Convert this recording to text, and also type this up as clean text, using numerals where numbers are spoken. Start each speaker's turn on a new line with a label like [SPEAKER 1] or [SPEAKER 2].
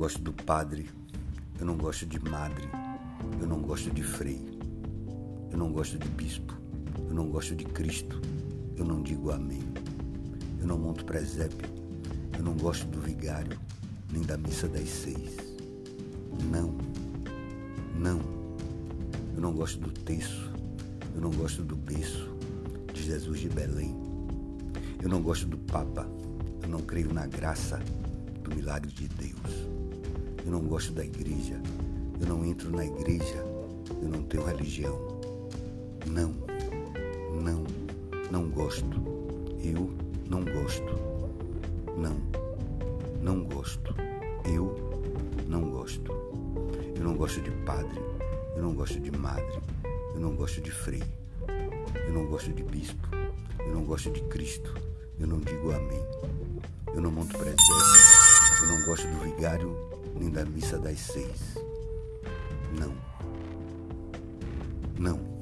[SPEAKER 1] gosto do padre, eu não gosto de madre, eu não gosto de frei, eu não gosto de bispo, eu não gosto de Cristo, eu não digo amém. Eu não monto presépio, eu não gosto do vigário, nem da missa das 6. Não. Eu não gosto do terço, eu não gosto do berço de Jesus de Belém. Eu não gosto do Papa, eu não creio na graça do milagre de Deus. Eu não gosto da igreja, eu não entro na igreja, eu não tenho religião. Não gosto. Eu não gosto. Não gosto. Eu não gosto. Eu não gosto de padre, eu não gosto de madre, eu não gosto de frei, eu não gosto de bispo, eu não gosto de Cristo, eu não digo amém. Eu não monto presépio, eu não gosto do vigário nem da missa das 6. Não.